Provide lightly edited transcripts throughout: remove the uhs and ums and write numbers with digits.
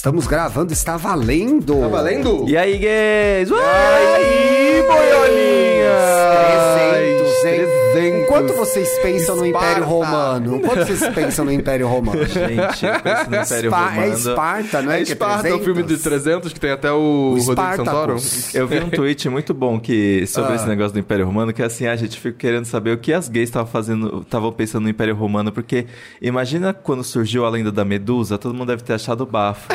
Estamos gravando, está valendo! Tá valendo? E aí, gays? E aí, boiolinhas? 300. Enquanto vocês pensam no Império Esparta. Romano? Enquanto vocês pensam no Império Romano? Gente, eu penso no Império Romano. É Esparta, não é? É que Esparta, o filme de 300, que tem até o Rodrigo Santoro. Spartacus. Eu vi um tweet muito bom sobre esse negócio do Império Romano, que é assim, a gente fica querendo saber o que as gays estavam pensando no Império Romano, porque imagina quando surgiu a lenda da Medusa, todo mundo deve ter achado bafo.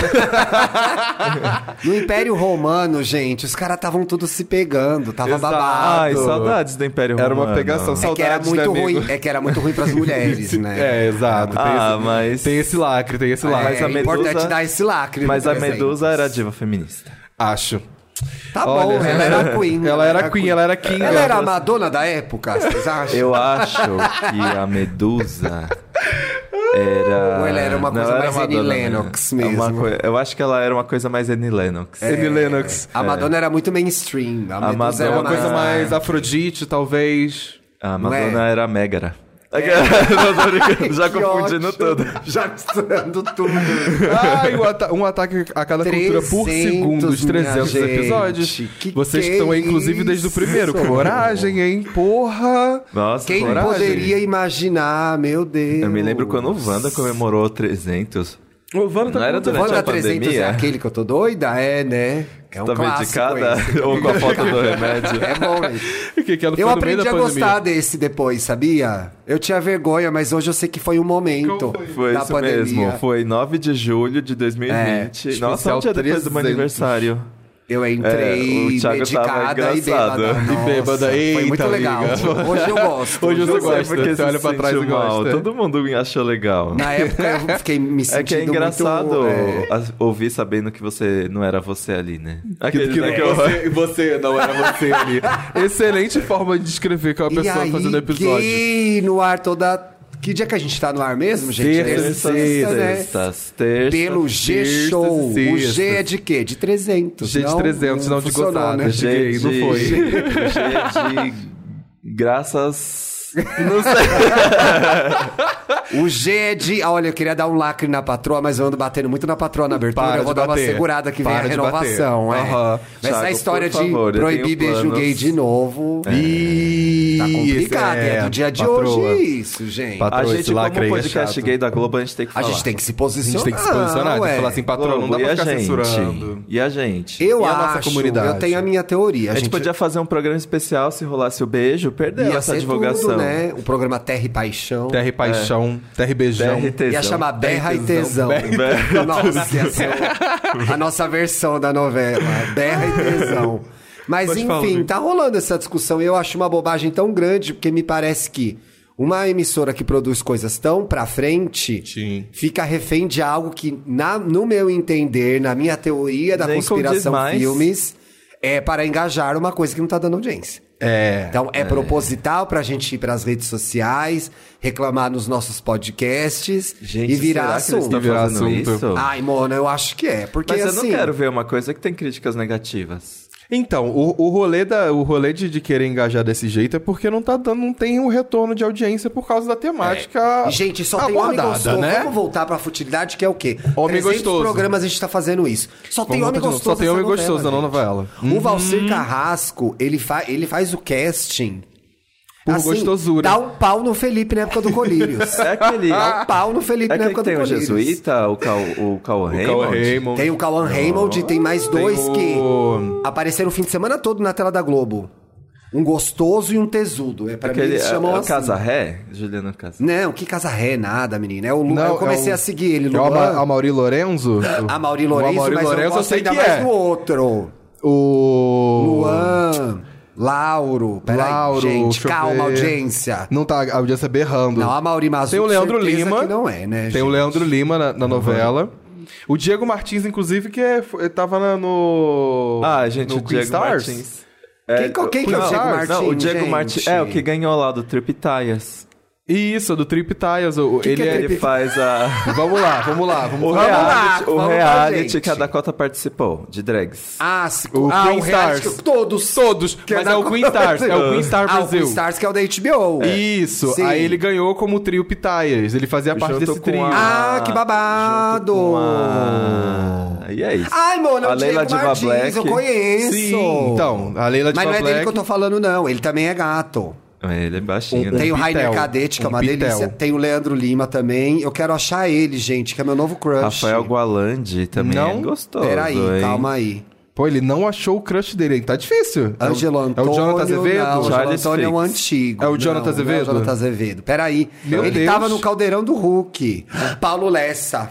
No Império Romano, gente, os caras estavam tudo se pegando, tava Exato. babado. Ai, saudades do Império Era Romano. uma pegação, É que era saudades, muito né, amigo? ruim, é que era muito ruim pras mulheres, né? É, exato. Mas... Tem esse lacre, tem esse lacre. Mas a É Medusa- importante dar esse lacre. Mas no a presente. Medusa era diva feminista. Acho. Tá Olha, bom, ela era queen. Ela era queen, ela era king. Ela era a Madonna da época, vocês acham? Eu acho que a Medusa era... Ou ela era uma coisa Não, mais Annie Madonna Lennox mesmo. mesmo? Eu acho que ela era uma coisa mais Annie Lennox. Annie Lennox. A Madonna era muito mainstream. A Medusa Madonna É era uma coisa mais Afrodite, talvez. A Não Madonna é? era a Megara. Não tô brincando, já Que confundindo ótimo. tudo. Já misturando tudo. Ai, um ataque a cada cultura por 300, segundo, os 300 minha episódios. gente. Vocês Que que estão aí, inclusive, desde o isso? primeiro. Coragem, hein? Porra! Nossa, Quem coragem. poderia imaginar, meu Deus. Eu me lembro quando o Wanda comemorou 300. O Vano Não era durante Wanda a 300 pandemia? é aquele que eu tô doida? É, né? É um Tá clássico medicada? esse. Ou com a foto do remédio? É bom, hein? que ela foi Eu no meio aprendi da a pandemia. gostar desse depois, sabia? Eu tinha vergonha, mas hoje eu sei que foi um momento Foi da isso pandemia. mesmo. Foi 9 de julho de 2020. É, Nossa, um dia depois do meu 300. aniversário. Eu entrei o Thiago tava medicada e engraçado. bêbada. E bêbada, Nossa, eita, foi muito legal. amiga. Hoje eu gosto. Hoje você Não sei gosta, porque você se olha pra trás e sentiu mal. gosta. Todo mundo me achou legal. Na época eu fiquei me sentindo É que é engraçado muito... ouvir sabendo que você não era você ali, né? Aquele, Que né, que eu- você não era você ali. Excelente forma de descrever que é uma E pessoa aí, fazendo episódio. gay no ar toda... Que dia que a gente tá no ar mesmo, gente? Terça, né? Terças. Pelo G-Show. O sextas. G é de quê? De 300. G de 300, não de funcionou, gozada. né? G gay, não foi. G de graças... Não sei. O G é de... Olha, eu queria dar um lacre na patroa, mas eu ando batendo muito na patroa na abertura. Para eu vou de dar uma bater. segurada que vem a Para de renovação. bater. Aham. Essa Thiago, história por de favor, eu proibir tenho beijo planos. gay de novo... Ih, Tá complicado, isso é do dia de patroa. hoje isso, gente. Patroa. A Esse gente, lacre como aí é podcast chato. gay da Globo, a gente tem que A falar. gente tem que se A posicionar. gente tem que se posicionar, tem ué. que falar assim, patroa, não dá Globo, pra e a ficar gente? censurando. E a gente? Eu E a nossa acho, comunidade? eu tenho a minha teoria. A gente podia fazer um programa especial se rolasse o beijo, perdeu ia essa ser divulgação. tudo, né? O programa Terra e Paixão. Terra e paixão, terra e beijão. Terra e tesão. Ia chamar Berra e Tesão. Berra Nossa, ia ser a nossa versão da novela. Berra e Tesão. Mas Pode falar, enfim, Vitor. tá rolando essa discussão e eu acho uma bobagem tão grande, porque me parece que uma emissora que produz coisas tão pra frente Sim. fica refém de algo que, no meu entender, na minha teoria da Nem conspiração condiz mais. filmes, é para engajar uma coisa que não tá dando audiência. É. Então, é proposital pra gente ir pras redes sociais, reclamar nos nossos podcasts Gente, e virar será que eles assunto. estão E virar fazendo assunto. isso? Ai, Mona, eu acho que é. Porque Mas eu assim. não quero ver uma coisa que tem críticas negativas. Então, o rolê de querer engajar desse jeito é porque não tá dando, não tem um retorno de audiência por causa da temática. Gente, só tem homem abordada, gostoso. né? Vamos voltar pra futilidade, que é o quê? Homem 300 gostoso. programas a gente tá fazendo isso. Só tem Vamos homem voltar de novo. gostoso. Só tem nessa homem gostoso na gente. novela. O Valcir Carrasco, ele faz o casting. Por gostosura. Dá um pau no Felipe na época do Colírios. É aquele... Dá um pau no Felipe É na aquele época que tem do o Colírios. Jesuíta, o Cauã Raymond. Tem o Cauã Raymond e tem mais dois o- que apareceram o fim de semana todo na tela da Globo. Um gostoso e um tesudo. É, pra mim Aquele, eles chamam é o assim. Casa Ré? Juliano Casa. Não, que casa ré, nada, menina. É o Lu... Não, eu comecei é o- a seguir ele, É o Luan. Amaury Lorenzo? A Mauri O Lourenço, Amaury mas eu Lourenço eu gosto sei ainda que mais é. do outro. O... Luan, Lauro. Peraí, Lauro, gente, deixa eu calma, ver. audiência. Não tá a audiência berrando. Não, a Mauri Mazu, Tem o Leandro certeza Lima. que não é, né, Tem gente? o Leandro Lima na novela. O Diego Martins, inclusive, tava no... Ah, gente, no o Queen Diego Stars? Martins. Quem que é o Diego Martins, Não, o Diego gente? Martins... É, o que ganhou lá do Tripitaias. Isso, do Trip Tiles. Ele faz a... Vamos lá. O reality que a Dakota participou, de drags. O Queen Stars. Todos. Mas é o Queen Stars. É o Queen Star o Brasil. Queen Stars que é o da HBO. Isso. Sim. Aí ele ganhou como trio Pitaias. Ele fazia parte Junto desse com trio. Que babado! E é isso. Ai, mano, a Leila Diva Martins, Black. eu conheço. Sim, então, a Leila Diva Mas não é Black... dele que eu tô falando, não. Ele também é gato. Ele é baixinho, né? Tem o Rainer Pitel. Cadete, que é uma Pitel. delícia. Tem o Leandro Lima também. Eu quero achar ele, gente, que é meu novo crush. Rafael Gualandi também Não? é gostoso. Peraí, hein? calma aí. Pô, ele não achou o crush dele. Tá difícil. Ângelo Antônio. É o Jonathan Azevedo? Não, o Ângelo Charles Antônio é o Fix. antigo. É o Jonathan Azevedo? Não é o Jonathan Azevedo. Peraí. Meu Ele Deus. tava no Caldeirão do Hulk. Paulo Lessa.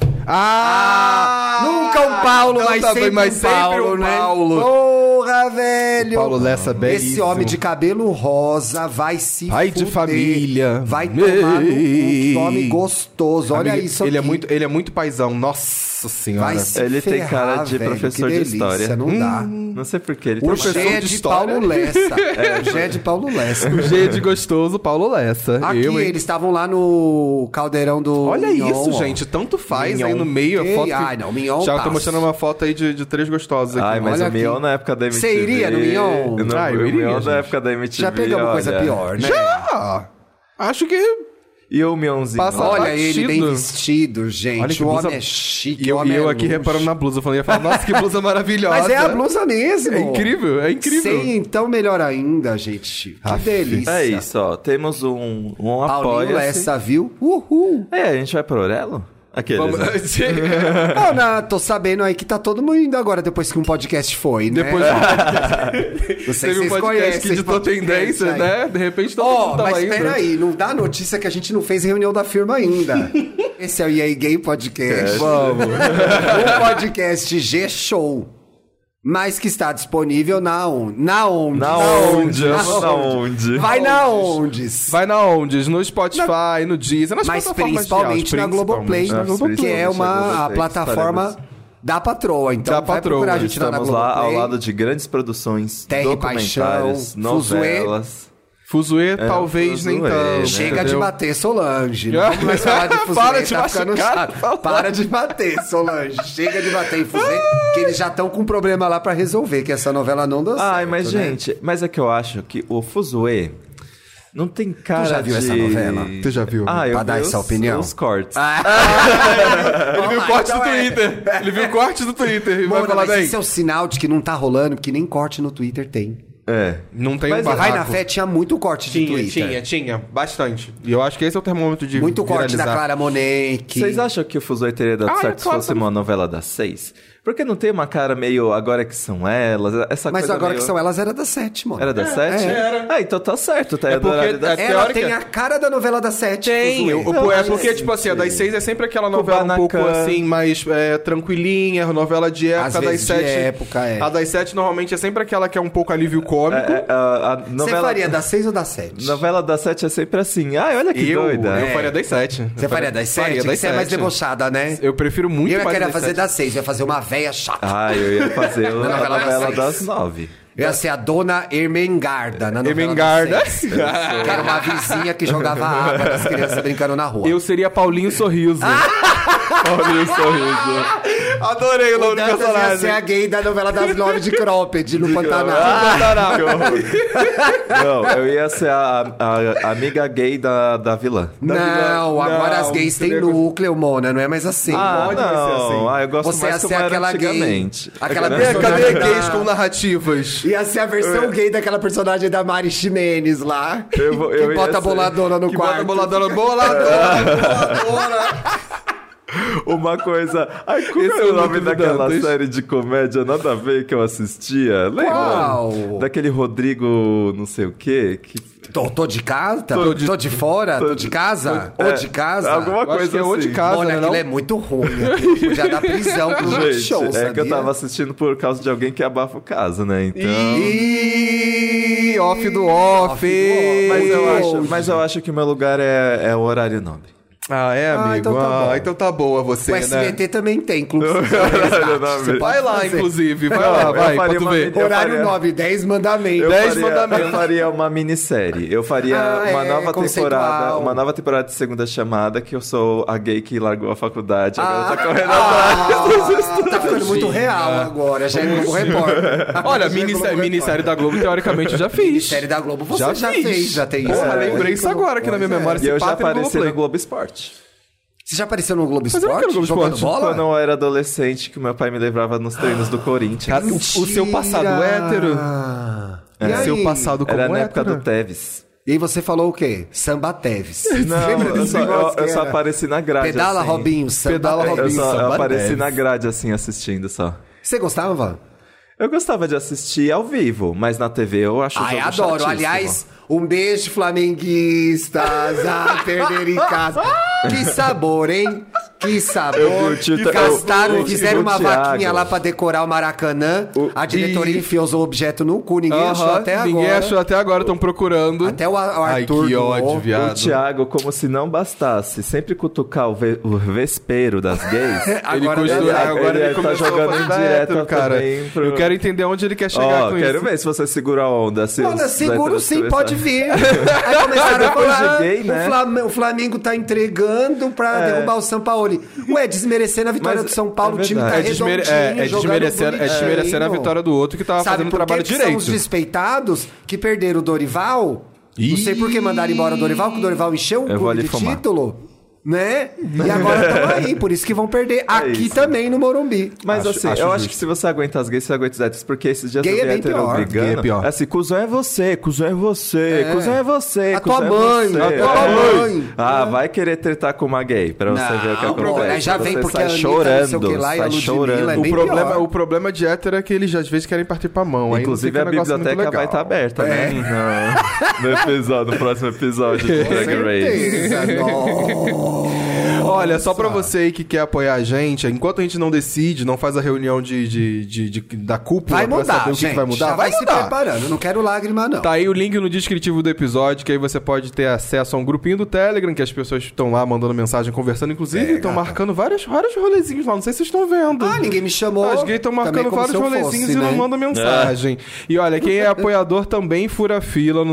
Ah! Nunca um Paulo, Não, mas tá sempre bem, mas um sempre Paulo, um né? Paulo. Porra, velho. Paulo Lessa, belíssimo. Esse homem de cabelo rosa vai se Pai de fuder. família. Vai tomar no cu. Que homem gostoso. Olha Amiga, isso ele aqui. ele é muito paizão. Nossa senhora. Vai se Ele tem ferrar, cara de velho, professor que de delícia, história. Não dá. Não sei porquê. Ele O tem professor G é de de história. Paulo Lessa. O G é de Paulo Lessa. O G de gostoso, Paulo Lessa. Aqui, Eu, hein? eles estavam lá no caldeirão do Olha Mignon, isso, ó. gente. Tanto faz Mignon. aí no meio. Ei, A foto que... ai, não, Mignon Já tá. tô mostrando uma foto aí de três gostosos aqui. Ai, mas Olha o Mion aqui. na época da MTV... Você iria no Mion? Não, Ah, eu o iria, Mion gente. na época da MTV, Já pegamos coisa olha. pior, né? Já! Acho que... E o Mionzinho? Passa- Olha batido. ele bem vestido, gente. Olha que o blusa- homem é chique, E o homem eu é aqui luxo. reparando na blusa. Eu falei, ia falar, nossa, que blusa maravilhosa. Mas é a blusa mesmo. É incrível, é incrível. Sim, então melhor ainda, gente. Que delícia. É isso, ó. Temos um Paulinho apoia-se. Lessa, viu? Uhul. É, a gente vai pro Orelo? Aqueles, Vamos... né? Não, tô sabendo aí que tá todo mundo indo agora depois que um podcast foi, né? Depois Não sei teve se um vocês podcast conhecem que esse editou podcast tendência, aí. né? De repente todo Ó, mundo tava mas indo. peraí, não dá notícia que a gente não fez reunião da firma ainda. Esse é o EA Gay Podcast. Vamos. Um podcast G-Show. Mas que está disponível na onde? Na onde? Na onde? Vai na ondes? Vai na onde? No Spotify, no Deezer, nas Mas plataformas principalmente de na áudio, Globoplay, principalmente na Globoplay. que é Principalmente na a Globoplay, plataforma estaremos. da patroa. Então Da vai patroa. procurar a gente lá na Estamos lá Globoplay. ao lado de grandes produções, Terra e Paixão, documentários, novelas. Fuzuê, talvez nem Fuzuê, tanto. né? Chega entendeu? de bater, Solange. Não vamos mais falar de Fuzê, Para de tá ficando machucar, chato. fala. Para de bater, Solange. Chega de bater em Fuzê, que eles já estão com um problema lá pra resolver, que essa novela não deu certo. Ai, mas né? gente, mas é que eu acho que o Fuzuê não tem cara já viu de... essa novela? Tu já viu? Ah, eu Pra vi dar essa os- opinião? os cortes. Ele viu o corte então do Twitter. Ele viu o corte do Twitter e vai Mona, falar mas bem. isso é o sinal de que não tá rolando, porque nem corte no Twitter tem. É. Não tem Mas um Vai barraco. na fé, tinha muito corte de Tinha, Twitter. tinha. Bastante. E eu acho que esse é o termômetro de Muito corte da viralizar. Clara Monet. Vocês acham que o Fuzuê teria dado Ah, certo se claro, fosse uma novela das 6? Porque não tem uma cara meio agora que são elas, essa Mas coisa agora meio... que são elas, era da 7, mano. Era das 7? era. Ah, então tá certo, tá? É porque- horário das... é- Ela teórica- tem a cara da novela da 7. Tem, Não, é mas porque, tipo assim, a das 6 é sempre aquela novela um pouco Kubanacan. assim, mais tranquilinha, novela de época. Às A das vezes de 7. época, é. A das 7 normalmente é sempre aquela que é um pouco alívio cômico. A Você novela... faria da 6 ou da 7? Novela das 7 é sempre assim. Ai, olha que doida. Eu faria das 7. Você faria das 7? Faria das Você é mais 7. debochada, né? Eu prefiro muito Eu ia mais querer das fazer 7. da 6, eu ia fazer uma véia chata. Ah, eu ia fazer a novela das novela seis. das 9. Eu ia ser a dona Ermengarda na novela Ermengarda. das 6. Que era uma vizinha que jogava água das crianças brincando na rua. Eu seria Paulinho Sorriso. Olha o sorriso. Adorei o O nome do Dantas ia ser personagem. a gay da novela das 9 de Cropped, no Pantanal. Ah, que horror. Não, eu ia ser a amiga gay da vilã. Não, agora Não, as gays têm seria- núcleo, Mona, não é mais assim. Ah, pode ser não. assim. Ah, eu gosto Você mais ia como ser era aquela gay. antigamente. Aquela Cadê personagem gays da- com narrativas? Ia ser a versão gay daquela personagem da Mari Ximenes lá. Eu que ia bota ser- a boladona no Que quarto. bota boladora. Uma coisa... Ai, como Esse era é o o nome Dudu daquela Dantas. série de comédia nada a ver que eu assistia? Lembra? Qual? Daquele Rodrigo não sei o quê? Que... Tô de casa? Tô de fora? Tô de casa? Ou de casa? Alguma Eu acho coisa que é ou de assim. casa, Mona, né, aquilo não? é muito ruim. Aquilo podia dar prisão pro Gente, show, é sabia? que eu tava assistindo por causa de alguém que abafa o caso, né? Então... Ih, off do off. Off do off. Mas eu acho que o meu lugar é o horário nobre. Ah, é, amigo? então tá bom. Então tá boa você, O né? SBT também tem clube de resgate. Você Vai pode lá, fazer. inclusive. Vai lá, vai, pra tu ver. Horário 9, 10 mandamentos. 10 mandamentos. Eu faria uma minissérie. Eu faria uma nova conceitual. temporada. Uma nova temporada de Segunda Chamada, que eu sou a gay que largou a faculdade. Agora tá correndo atrás. Tá ficando muito real agora. Já é Globo Repórter. Olha, Já é Globo minissérie da Globo, teoricamente, já fiz. Série da Globo, você já fiz. fez, já tem isso. Porra, lembrei isso agora aqui na minha memória. E eu já Esse papo é no apareci Globoplay. no Globo Esporte. Você já apareceu no Globo Mas eu não Esporte? quero Globo Jogando Esporte. bola? Quando eu era adolescente, que meu pai me levava nos treinos do Corinthians. Cara, o seu passado hétero. E O seu aí? passado como Era na época hétero. do Teves. E aí você falou o quê? Samba Teves. Não, Lembra eu desse só, negócio que eu só era? apareci na grade. Pedala, assim. Robinho, Samba Pedala, Teves. Eu, Robinho. só, eu Samba apareci Teves. na grade, assim, assistindo só. Você gostava? Eu gostava de assistir ao vivo, mas na TV eu acho o Ai, jogo adoro. chatíssimo. Aliás, um beijo, flamenguistas, a perder em casa. Que sabor, hein? Que sabor. Eu vi o Tito- Gastaram, o fizeram uma Thiago. vaquinha lá pra decorar o Maracanã. A diretoria enfiou o objeto no cu, ninguém achou até agora. Ninguém achou até agora, estão procurando. Até o Ai, Arthur que doou. ódio, O viado. Thiago, como se não bastasse, sempre cutucar o vespeiro das gays. Agora Agora ele tá começou jogando a fazer indireta hétero, cara. também pro- Eu quero entender onde ele quer chegar Ó, com quero isso. ver se você segura a onda. Se Olha, os seguro héteros sim, começarem- pode vir. Aí começaram a Depois de falar, gay, né? o Flamengo tá entregando pra derrubar o São Paulo. Ué, desmerecendo a vitória Mas do São Paulo, é o time tá verdade. redondinho, jogando desmerecer a bonitinho. vitória do outro que tava Sabe fazendo o por trabalho que são direito. os despeitados que perderam o Dorival? Não sei por que mandaram embora o Dorival, que o Dorival encheu o Eu vou clube ali de fumar. título. Né? E agora estão aí, por isso que vão perder aqui isso. também no Morumbi. Mas Acho assim, eu justo. acho que se você aguenta as gays, você aguenta os héteros, porque esses dias Gay eu vi é bem hétero pior. brigando. Gay é pior. Assim, cuzão é você, cuzão é você, cuzão é você, A cuzão tua é mãe, você. a tua mãe. Ah, vai querer tretar com uma gay pra você ver o que Não, acontece. pô, aí já vem Você porque sai a Anitta, chorando, não sei o que lá, e a sai Ludmilla chorando. é bem pior. O problema de hétero é que eles às vezes querem partir pra mão. Aí não Inclusive fica a um negócio muito biblioteca vai legal. estar aberta, né? No próximo episódio de Drag Race. Certeza, nossa. Olha, só pra você aí que quer apoiar a gente, enquanto a gente não decide, não faz a reunião da cúpula Vai pra mudar, saber o que gente. que vai mudar, Já vai se mudar. preparando. Não quero lágrima, não. Tá aí o link no descritivo do episódio, que aí você pode ter acesso a um grupinho do Telegram, que as pessoas estão lá mandando mensagem, conversando. Inclusive, estão marcando vários rolezinhos lá. Não sei se vocês estão vendo. Ah, ninguém me chamou. As gays estão Também marcando como vários se eu rolezinhos fosse, e não né? mandam mensagem. E olha, quem é apoiador também fura fila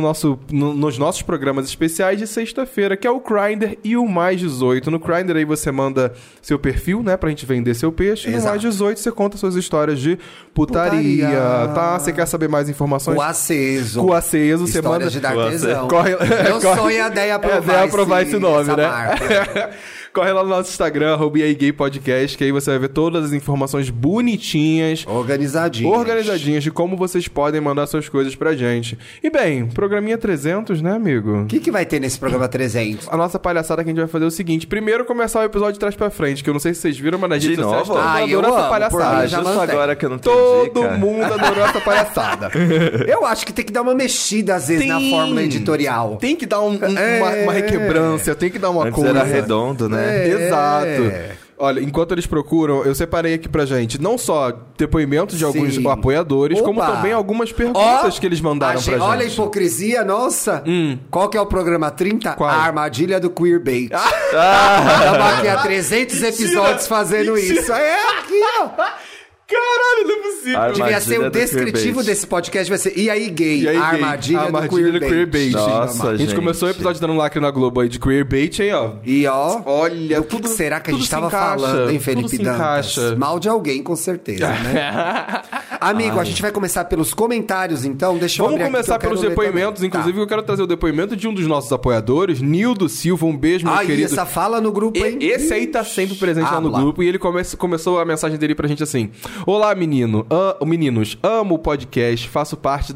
nos nossos programas especiais de sexta-feira, que é o Grindr e o Mais 18. No Grindr aí você manda seu perfil, né, pra gente vender seu peixe. E no Exato. Mais 18 você conta suas histórias de putaria, tá? Você quer saber mais informações? O aceso. Com aceso, você História manda... de dar tesão. Corre... Meu sonho é a Deia aprovar, esse nome, essa né? marca. Corre lá no nosso Instagram, @gaypodcast, que aí você vai ver todas as informações bonitinhas, organizadinhas de como vocês podem mandar suas coisas pra gente. E bem, programinha 300, né, amigo? O que vai ter nesse programa 300? A nossa palhaçada que a gente vai fazer é o seguinte: primeiro começar o episódio de trás pra frente, que eu não sei se vocês viram, mas nas De redes sociais novo? todo mundo eu adorou essa amo, por palhaçada. mim, já Justo mantém. agora que eu não tenho Todo dica. mundo adorou essa palhaçada. Eu acho que tem que dar uma mexida, às vezes, na fórmula editorial. Tem que dar uma requebrância, tem que dar uma Antes coisa. era redondo, né? Exato. Olha, enquanto eles procuram, eu separei aqui pra gente não só depoimentos de alguns Sim. apoiadores, como Opa! também algumas perguntas que eles mandaram pra gente. Olha a hipocrisia, nossa. Qual que é o programa 30? Qual? A armadilha do queerbait. Estamos aqui há 300 episódios fazendo isso. É aqui, ó. Caralho, não é possível. Armadilha Devia ser o do descritivo queerbait. desse podcast, vai ser E aí, gay? E aí, A gay? armadilha, A do queerbait. Nossa, a gente começou o episódio dando lacre na Globo aí de queerbait, hein, ó. E ó, Olha, o que tudo- será que a tudo gente se tava encaixa, falando, hein, tudo Felipe se Dantas? encaixa. Mal de alguém, com certeza, né? Amigo, a gente vai começar pelos comentários, então. Deixa eu Vamos abrir aqui começar que eu pelos quero ler depoimentos. também. Inclusive, Tá. eu quero trazer o depoimento de um dos nossos apoiadores, Nildo Silva. Um beijo, meu Ai, querido. essa fala no grupo, hein? Esse aí tá sempre presente lá no Habla. grupo. E ele começou a mensagem dele pra gente assim: Olá, meninos. Amo o podcast. Faço parte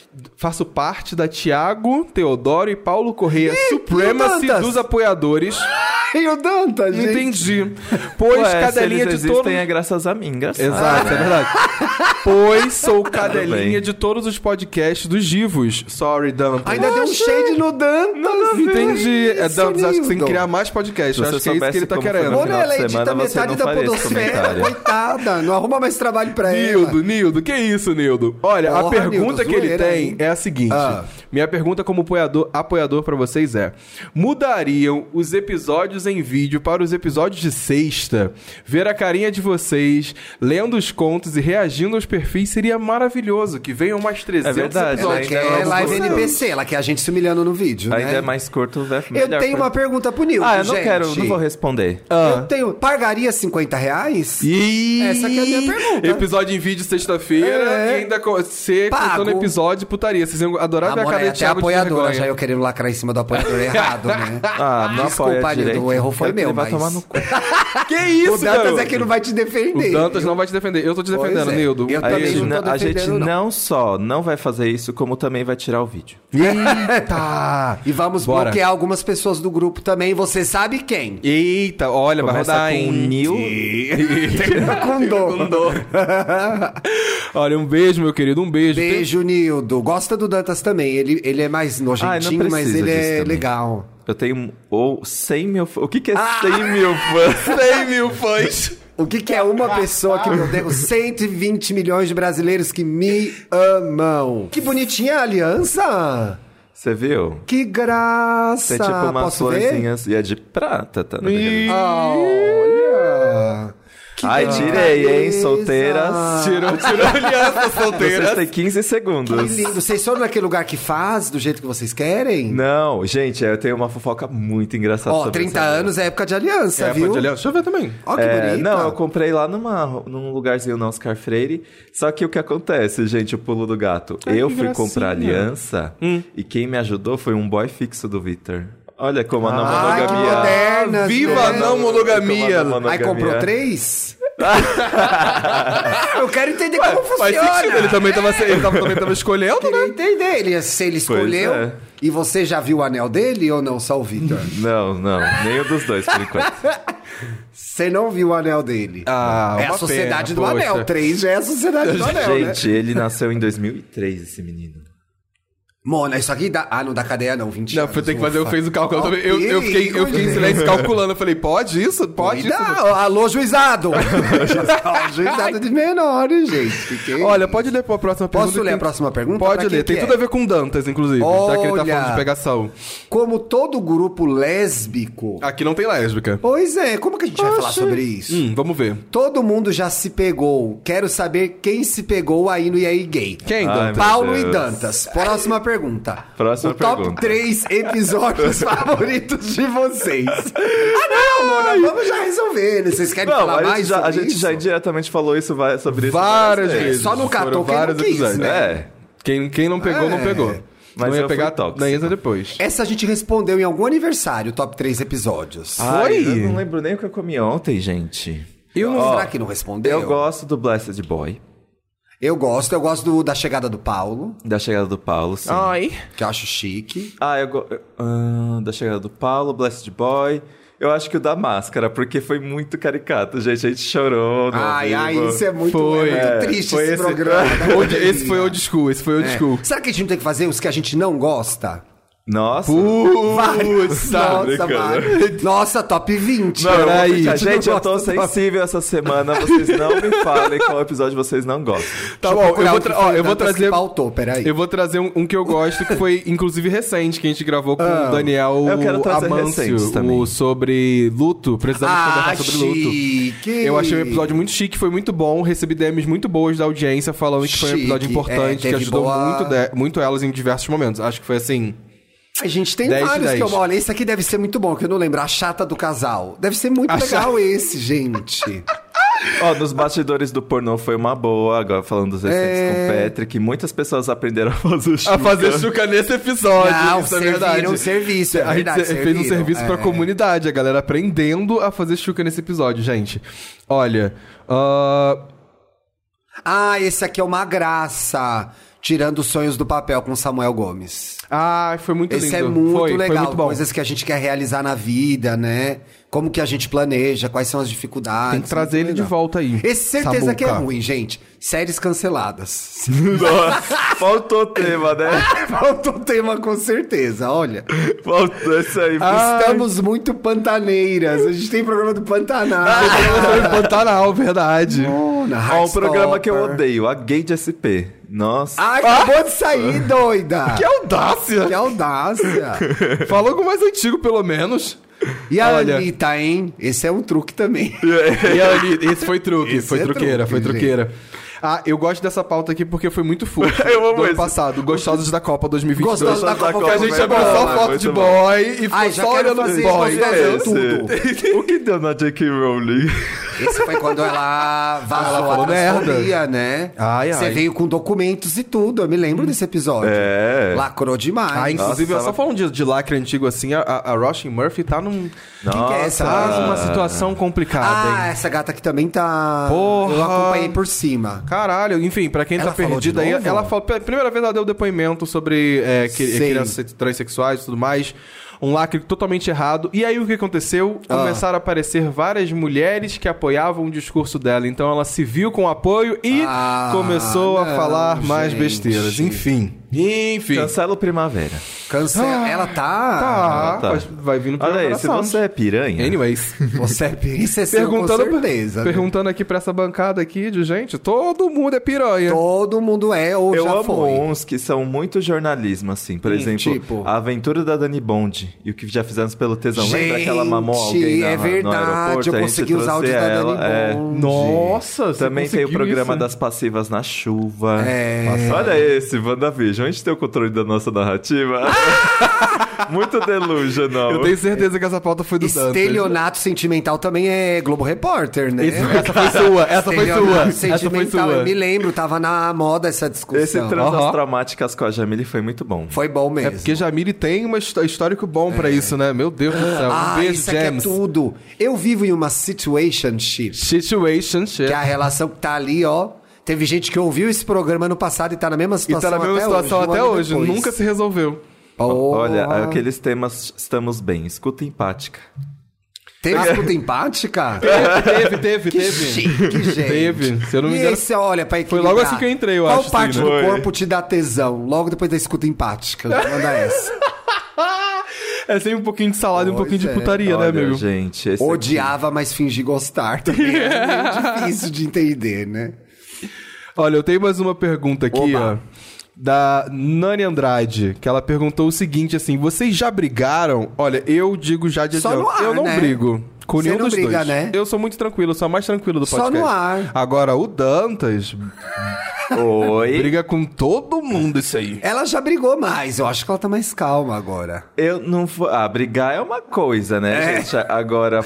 da Tiago, Teodoro e Paulo Correia Supremacy Dantas? dos apoiadores. E o Dantas, Não gente? entendi. Pois Ué, cadelinha se eles de todo... existem é graças a mim, engraçado. Exato, é verdade. Pois sou cadelinha de todos os podcasts dos divos. Sorry, Dantas. Ainda deu um shade no Dantas. Entendi. Isso, Dantas, acho que tem que Nildo. criar mais podcasts. Se Acho você que é isso que ele soubesse tá como foi querendo. no Olha, final ela de semana, edita você metade não da faria esse podosfera, comentário. coitada. Não arruma mais trabalho pra ela. Nildo, que isso, Nildo? Olha, a Porra, pergunta Nildo, que ele zoeira, tem hein? é a seguinte. Ah. Minha pergunta como apoiador pra vocês é: mudariam os episódios em vídeo para os episódios de sexta? Ver a carinha de vocês, lendo os contos e reagindo aos perfis seria maravilhoso. Que venham mais 300 verdade, Ela episódios. quer live gostoso. NPC, ela quer a gente se humilhando no vídeo, Ainda né? é mais curto, é Eu melhor tenho pra- uma pergunta pro Nildo, eu não gente. quero, não vou responder. Eu tenho... Pagaria R$50? Ih, Essa que é a minha pergunta. Episódio em vídeo sexta-feira É. e ainda ser Pago. contando episódio de putaria. Vocês iam adorar ver a Amor, cara é de até Thiago de apoiadora, vergonha. já eu querendo lacrar em cima do apoiador errado, né? Ah, não Desculpa, apoia Nildo, direito. o erro foi Quero que meu, ele vai mas... tomar no cu. Que isso, O Dantas garoto? é que não vai te defender. O Dantas não vai te defender. Eu tô te Pois defendendo, é. Nildo. Eu A também gente, não tô a gente defendendo, não. não só não vai fazer isso, como também vai tirar o vídeo. Eita! E vamos Bora. bloquear algumas pessoas do grupo também. Você sabe quem? Eita, olha, vai Começa rodar, com hein? o Nil. Com dor. Olha, um beijo, meu querido, um beijo. Beijo, Nildo. Gosta do Dantas também. Ele é mais nojentinho, mas precisa ele disso é também. legal. Eu tenho 100 mil fãs. O que é 100 mil fãs? 100 mil fãs. O que é uma pessoa que, meu Deus, 120 milhões de brasileiros que me amam. Que bonitinha a aliança. Você viu? Que graça. Tem tipo umas Posso ver? florzinhas e é de prata, tá? Na Ih. Olha. Que Ai, tirei, hein, solteiras. Tirou aliança solteira. Vocês têm 15 Que segundos. lindo. Vocês foram naquele lugar que faz do jeito que vocês querem? Não, gente, eu tenho uma fofoca muito engraçada Ó, sobre 30 essa anos é época de aliança, É, viu? pode aliança. Deixa eu ver também. Ó, que É, bonita. não, eu comprei lá num lugarzinho na Oscar Freire. Só que o que acontece, gente, o pulo do gato. Ai, Eu que fui gracinha. comprar aliança e quem me ajudou foi um boy fixo do Vitor. Olha como a não Ai, que monogamia. modernas, Viva a né? não monogamia. Como a não Aí monogamia. comprou 3? Eu quero entender como Faz funciona. sentido, ele também tava escolhendo, Queria né? entender. Se ele escolheu. é. E você já viu o anel dele ou não? Só o Victor? Não, nenhum dos dois, por enquanto. Você não viu o anel dele. Ah, é a uma sociedade pena, do poxa. anel. 3 já é a sociedade do anel, né? Gente, ele nasceu em 2003, esse menino. Mona, isso aqui dá... Ah, não dá cadeia não, 20 Não, anos. eu tenho que fazer, eu ufa. fiz o cálculo Ó, também. Eu fiquei em perigo, silêncio gente. calculando. Eu falei, pode isso? Pode isso? Alô, juizado! Juizado de menores, gente. Fiquei... Olha, pode ler pra próxima pergunta. Posso ler a Tem- próxima pergunta? Pode Pra quem ler. Tem que tudo é? a ver com Dantas, inclusive. Já que ele tá Olha. falando de pegação. Como todo grupo lésbico... Aqui não tem lésbica. Pois é, como que a gente vai falar sobre isso? Vamos ver. Todo mundo já se pegou. Quero saber quem se pegou aí no E aí Gay. Quem, Ai, Dantas? meu Paulo Deus. e Dantas. Próxima pergunta. Próxima o top pergunta. 3 episódios favoritos de vocês. Ah, não, Mona, vamos já resolver. Né? Vocês querem Não, falar mais sobre a gente isso? já indiretamente falou isso sobre isso Várias vezes. Só não catou Foram quem não vários quis, episódios. né? É. Quem não pegou, não pegou. Mas não ia eu fui pegar tóxico. na Isa depois. Essa a gente respondeu em algum aniversário, top 3 episódios. Ai, Foi? eu não lembro nem o que eu comi ontem, gente. Será que não respondeu? Eu gosto do Blessed Boy. Eu gosto da chegada do Paulo, Da chegada do Paulo, sim. Ai. que eu acho chique. Da chegada do Paulo, Blessed Boy. Eu acho que o da máscara, porque foi muito caricato, gente. A gente chorou. Isso é muito, Foi. é muito triste Foi esse esse- programa. Esse foi old school, esse foi old school. Será que a gente não tem que fazer os que a gente não gosta? Nossa. Putz, Nossa, brincando. mano. Nossa, top 20. Não, eu vou Peraí. ficar- A gente gente, não eu tô gosta do- sensível essa semana. Vocês não me falem qual episódio vocês não gostam. Tá Deixa bom, eu procurar vou, o que tra- foi ó, o eu vou Dantas que trazer. pautou, peraí. Eu vou trazer um que eu gosto, que foi inclusive recente, que a gente gravou com o Daniel Eu quero trazer recentes Amâncio, também. sobre luto. Precisamos conversar sobre luto. chique. Eu achei um episódio muito chique, foi muito bom. Recebi DMs muito boas da audiência falando que foi um episódio Chique. importante, que Teve ajudou boa- muito elas em diversos momentos. Acho que foi assim. A gente tem 10 de vários que 10. eu... Olha, esse aqui deve ser muito bom, que eu não lembro. A chata do casal. Deve ser muito legal esse, gente. Ó, nos bastidores do pornô foi uma boa. Agora falando dos recentes com o Patrick, muitas pessoas aprenderam a fazer chuca. A fazer chuca nesse episódio. Não, isso é serviram verdade. um serviço, é A gente verdade, fez um serviram, serviço pra comunidade, a galera aprendendo a fazer chuca nesse episódio, gente. Olha, Ah, esse aqui é uma graça. Tirando os Sonhos do Papel com Samuel Gomes. Ah, foi muito lindo. Esse é muito legal. Foi muito bom. Coisas que a gente quer realizar na vida, né? Como que a gente planeja, quais são as dificuldades. Tem que trazer ele de volta aí. Esse certeza Samuca. que é ruim, gente. Séries canceladas. Nossa, faltou tema, né? Faltou tema com certeza, olha. Faltou isso aí. Estamos muito pantaneiras. A gente tem programa do Pantanal. Pantanal, verdade. Ó, um programa que eu odeio, a Gay de SP. Nossa. Ai, acabou de sair, doida. Que audácia! Que audácia. Falou com o mais antigo, pelo menos. E a Olha. Anitta, hein? Esse é um truque também. E ali, esse foi truque, Esse foi é truqueira, truque, foi truqueira. Ah, eu gosto dessa pauta aqui porque foi muito fofo. Eu amo do ano esse. passado, Gostosos da Copa 2022. Gostosos da Copa, Que a gente foi abriu bom, só né? foto Muito de bom. boy e ficou Ai, já só quero olhando fazer boy. gostoso. O que deu na J.K. Rowling? Esse foi quando ela vazou Ela falou a transfobia, merda. né? Ai, Você ai. veio com documentos e tudo. Eu me lembro desse episódio. É. Lacrou demais. Ah, inclusive, Nossa, só falando de lacre antigo assim, a Roisin Murphy tá num... Quem que é essa? Tá numa situação complicada, Ah, hein? essa gata aqui também tá... Porra. Eu acompanhei por cima. Caralho, enfim, pra quem Ela tá falou perdido de aí, novo? ela falou, pela primeira vez ela deu depoimento sobre Sei. crianças transexuais e tudo mais. Um lacre totalmente errado. E aí o que aconteceu? Começaram a aparecer várias mulheres que apoiavam o discurso dela. Então ela se viu com apoio e começou a não, falar mais gente. besteiras. Enfim. Cancela o Primavera. Cancela. Ela tá... tá. Vai vindo pra Olha aí, se você é piranha... Anyways. Você é isso é seu, com certeza. né? Perguntando aqui pra essa bancada aqui de gente, todo mundo é piranha. Todo mundo é ou Eu já amo foi. uns que são muito jornalismo, assim. Por exemplo, tipo? A Aventura da Dani Bond. E o que já fizemos pelo Tesão. Lembra que ela mamou Gente, alguém é no verdade, aeroporto? eu A gente consegui os trouxe áudios da ela, Dani Bond. Nossa, você Também tem o conseguiu programa isso? das passivas na chuva. É. Olha esse, WandaVision. A gente tem o controle da nossa narrativa. Muito delusional. Eu tenho certeza que essa pauta foi do Dantas. Estelionato sentimental também é Globo Repórter, né? Essa foi sua, essa foi Estelionato sua. Essa foi sentimental, eu sua. me lembro, tava na moda essa Esse discussão. Transas Traumáticas com a Jamile foi muito bom. Foi bom mesmo. É porque Jamile tem um histórico bom pra isso, né? Meu Deus do céu. Um beijo, isso aqui é James. tudo. Eu vivo em uma situationship, Situationship. que é a relação que tá ali, ó. Teve gente que ouviu esse programa no passado e tá na mesma E situação tá na mesma situação um até ano hoje. depois. Nunca se resolveu. Porra. Olha, aqueles temas estamos bem. Escuta empática. Teve escuta empática? Teve. Que chique, gente. Teve. Se eu não me E engano. esse, olha, pra equilibrar. logo assim que eu entrei, eu Qual acho, parte sim, do né? corpo te dá tesão? Logo depois da escuta empática. Manda essa. É sempre um pouquinho de salada e um Pois pouquinho de é. putaria, né, Olha, amigo? gente, esse aqui- Odiava, mas fingi gostar também. É meio difícil de entender, né? Olha, eu tenho mais uma pergunta aqui, Oba. ó. Da Nani Andrade, que ela perguntou o seguinte, assim, vocês já brigaram? Olha, eu digo já de Só adianto, no ar, eu não né? brigo com Você nenhum não dos briga, dois. né? Eu sou muito tranquilo, eu sou a mais tranquilo do Só podcast. no ar. Agora, o Dantas Oi. briga com todo mundo isso aí. Ela já brigou mais. Eu acho que ela tá mais calma agora. Eu não vou... Ah, brigar é uma coisa, né, gente? Agora,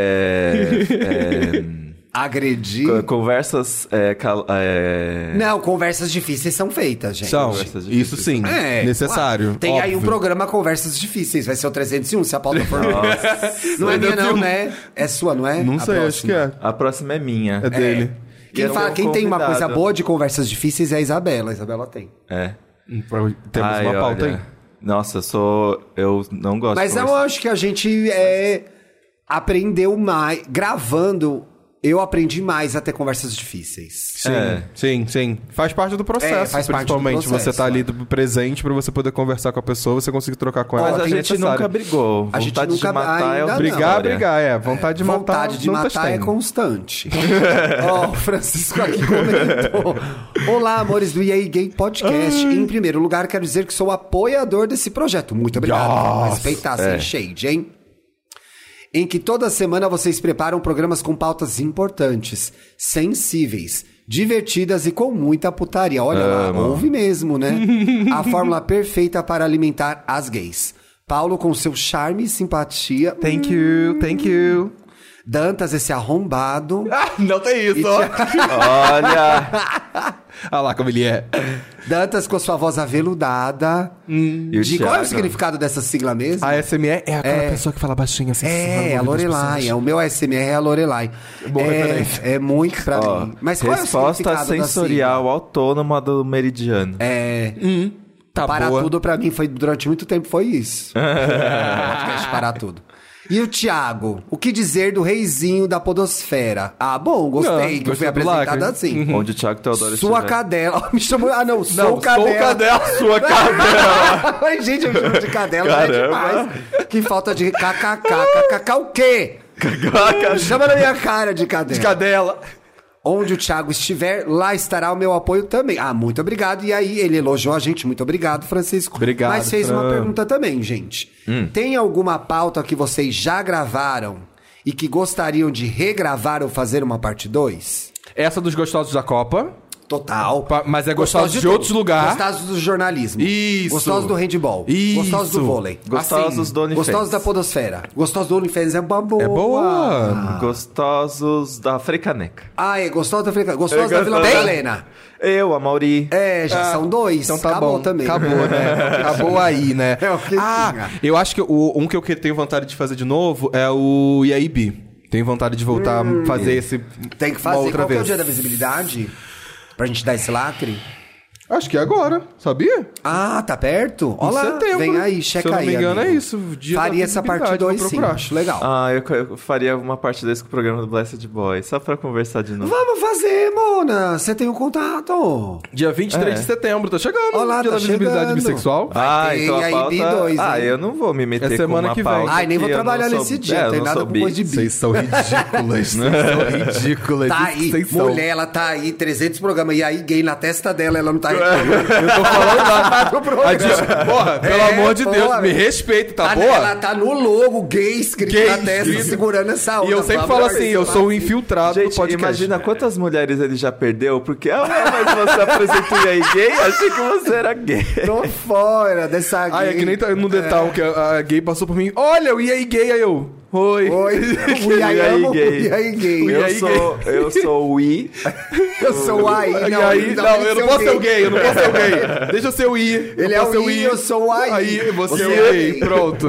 Agredir. conversas... Não, conversas difíceis são feitas, gente. São, Conversas difíceis. isso sim, É, necessário. claro. Tem aí um óbvio. programa Conversas Difíceis. Vai ser o 301, se a pauta for... Não é minha 301. não, né? É sua, não é? Não A sei, acho que próxima. é. A próxima é minha. É dele. Quem, Eu fala, tenho quem tem uma convidado. coisa boa de Conversas Difíceis é a Isabela. A Isabela tem. É. Temos Ai, uma pauta olha, aí. Nossa, eu não gosto Mas de eu conversar. acho que a gente aprendeu mais... Gravando, eu aprendi mais a ter conversas difíceis. Sim, É. sim. Faz parte do processo, faz parte do principalmente. processo, Você tá ali presente pra você poder conversar com a pessoa, você conseguir trocar com ela. Mas a tem gente necessário. nunca brigou. A gente Vontade nunca- de matar é ainda outra não. história. Brigar. Vontade de matar. Vontade de muitas matar é tem. constante. Ó, o Francisco aqui comentou. Olá, amores do EA Gay Podcast. Em primeiro lugar, quero dizer que sou apoiador desse projeto. Muito obrigado. Vamos respeitar, sem shade, hein? Em que toda semana vocês preparam programas com pautas importantes, sensíveis, divertidas e com muita putaria. Olha lá, ouve mesmo, né? A fórmula perfeita para alimentar as gays. Paulo com seu charme e simpatia. Thank you. Dantas, esse arrombado. Não tem isso, ó. Olha, Olha lá como ele é. Dantas com sua voz aveludada. E o De qual é o Thiago? significado dessa sigla mesmo? A ASMR é aquela pessoa que fala baixinho assim. É, a Lorelai. O meu ASMR é a Lorelai. Boa referência. É muito pra Ó, mim. Mas qual é o resposta significado sensorial autônoma do meridiano. Tá Parar boa. tudo pra mim foi durante muito tempo foi isso. Podcast parar tudo. E o Thiago, o que dizer do reizinho da podosfera? Ah, bom, gostei, Não, que eu fui gostou do apresentado lacre. assim. Onde o Thiago Teodoro Sua estiver. cadela. Me chamou. Ah, não, Não, sou cadela. Sua cadela. Ai, gente, eu chamo de cadela, é Caramba. demais. Que falta de kkk. O quê? Me chama na minha cara de cadela. Cadela. Onde o Thiago estiver, lá estará o meu apoio também. Ah, muito obrigado. E aí, ele elogiou a gente. Muito obrigado, Francisco. Obrigado, Mas fez uma Fran. pergunta também, gente. Tem alguma pauta que vocês já gravaram e que gostariam de regravar ou fazer uma parte 2? Essa dos gostosos da Copa. Total. Mas é gostosos de tudo. outros lugares. Gostosos do jornalismo. Isso. Gostosos do handball. Isso. Gostosos do vôlei. Gostosos do OnlyFans. Gostosos da podosfera. Gostosos do OnlyFans é uma boa. É boa. Gostosos da Frecaneca. Ah, é. Gostosos da Africa. Gostosos da Vila Tem? Madalena. Eu, a Mauri. É, já são 2. Então tá Acabou bom. também. Acabou, né? Acabou aí, né? É o que tinha. Eu acho que um que eu tenho vontade de fazer de novo é o IAIB. Tenho vontade de voltar a fazer esse Tem que uma fazer. outra Qual que é o vez. dia da visibilidade? Pra gente dar esse lacre? Acho que é agora, sabia? Ah, tá perto? Olha lá, setembro. vem aí, checa Se eu não aí, me engano, amigo. é isso. o dia Faria da essa parte visibilidade, 2 vou sim, procurar. acho legal. Ah, eu faria uma parte desse com o programa do Blessed Boy, só pra conversar de novo. Vamos fazer, Mona. Você tem um contato. Dia 23 de setembro, tá chegando. Olha lá, dia tá da visibilidade chegando. bissexual. Ah, ter então a IAIB pauta... 2, Ah, hein? eu não vou me meter É semana com uma que vem. pauta Ai, nem vou que eu trabalhar não nesse sou- dia. É, Não eu tem não nada sou com bi. coisa de bi. Vocês são ridículas. Vocês são ridículas. Tá aí, Vocês são. mulher, ela tá aí, 300 programas. E aí, gay na testa dela, ela não tá aí. Eu tô falando lá. do programa. Porra, pelo É, amor de porra, Deus, me velho. respeita, tá Tá, boa? ela tá no logo gay escrito Gay na testa, escrito. segurando essa onda. E eu sempre Vamos falo lá, assim, esse eu sou o lacre. infiltrado do Gente, podcast. imagina quantas mulheres ele já perdeu, porque, mas você apresentou e aí gay? Achei que você era gay. Tô fora dessa gay. Ai, é que nem tá no detalhe que a gay passou por mim. Olha, eu ia aí gay, aí eu. Oi. Oi, o Iai amo, o Iai gay. Eu sou o I. Eu sou o AI, Não, não, aí, não, eu não posso ser o gay, eu não posso ser o gay. Deixa eu ser o I. Ele é o I, eu sou o AI. Aí, você é o é gay, gay. pronto.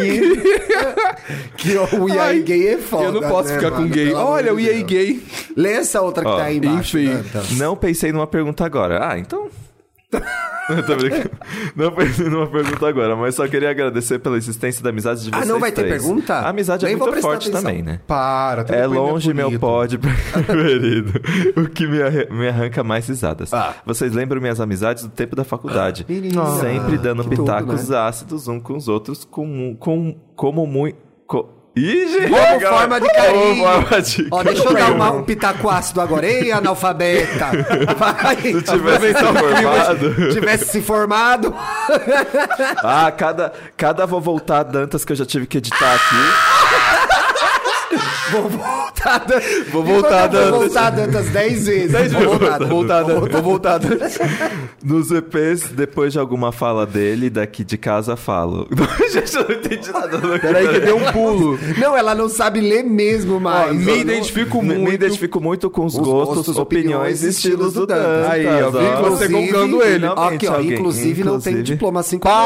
Que o Iai Ai, gay é foda. Eu não posso né, ficar com mano? gay. Pelo amor Olha, eu de ia aí Deus. gay. Lê essa outra que tá aí embaixo. enfim. Dantas. Não pensei numa pergunta agora. Ah, então... Tô brincando. Não pensei numa pergunta agora, mas só queria agradecer pela existência da amizade de vocês Ah, não vai ter três. pergunta? A amizade Nem é vou muito prestar forte atenção. também, né? Para, É longe meu pod preferido, o que me arranca mais risadas. Vocês lembram minhas amizades do tempo da faculdade, Menina, sempre dando que tudo, pitacos né? ácidos uns com os outros, como muito... Ih, gente! Como forma de carinho. Como forma de Ó, deixa eu dar um pitaco ácido agora. Ei, analfabeta. Vai. Se tivesse se formado... Tivesse se formado. Ah, cada vou voltar Dantas que eu já tive que editar aqui. Vou voltar. Vou voltar, Vou Dantas. voltar Dantas 10 vezes. Vou voltar. Nos EPs, depois de alguma fala dele, daqui de casa falo. Gente, eu não entendi nada. Peraí que deu um pulo. Não, ela não sabe ler mesmo mais. Ó, me identifico muito. Me identifico muito com os gostos, opiniões e estilos do Dantas. Aí, ó, vi que você Inclusive, gongando ele. Finalmente Aqui, ó, alguém. inclusive não tem Inclusive. diploma assim como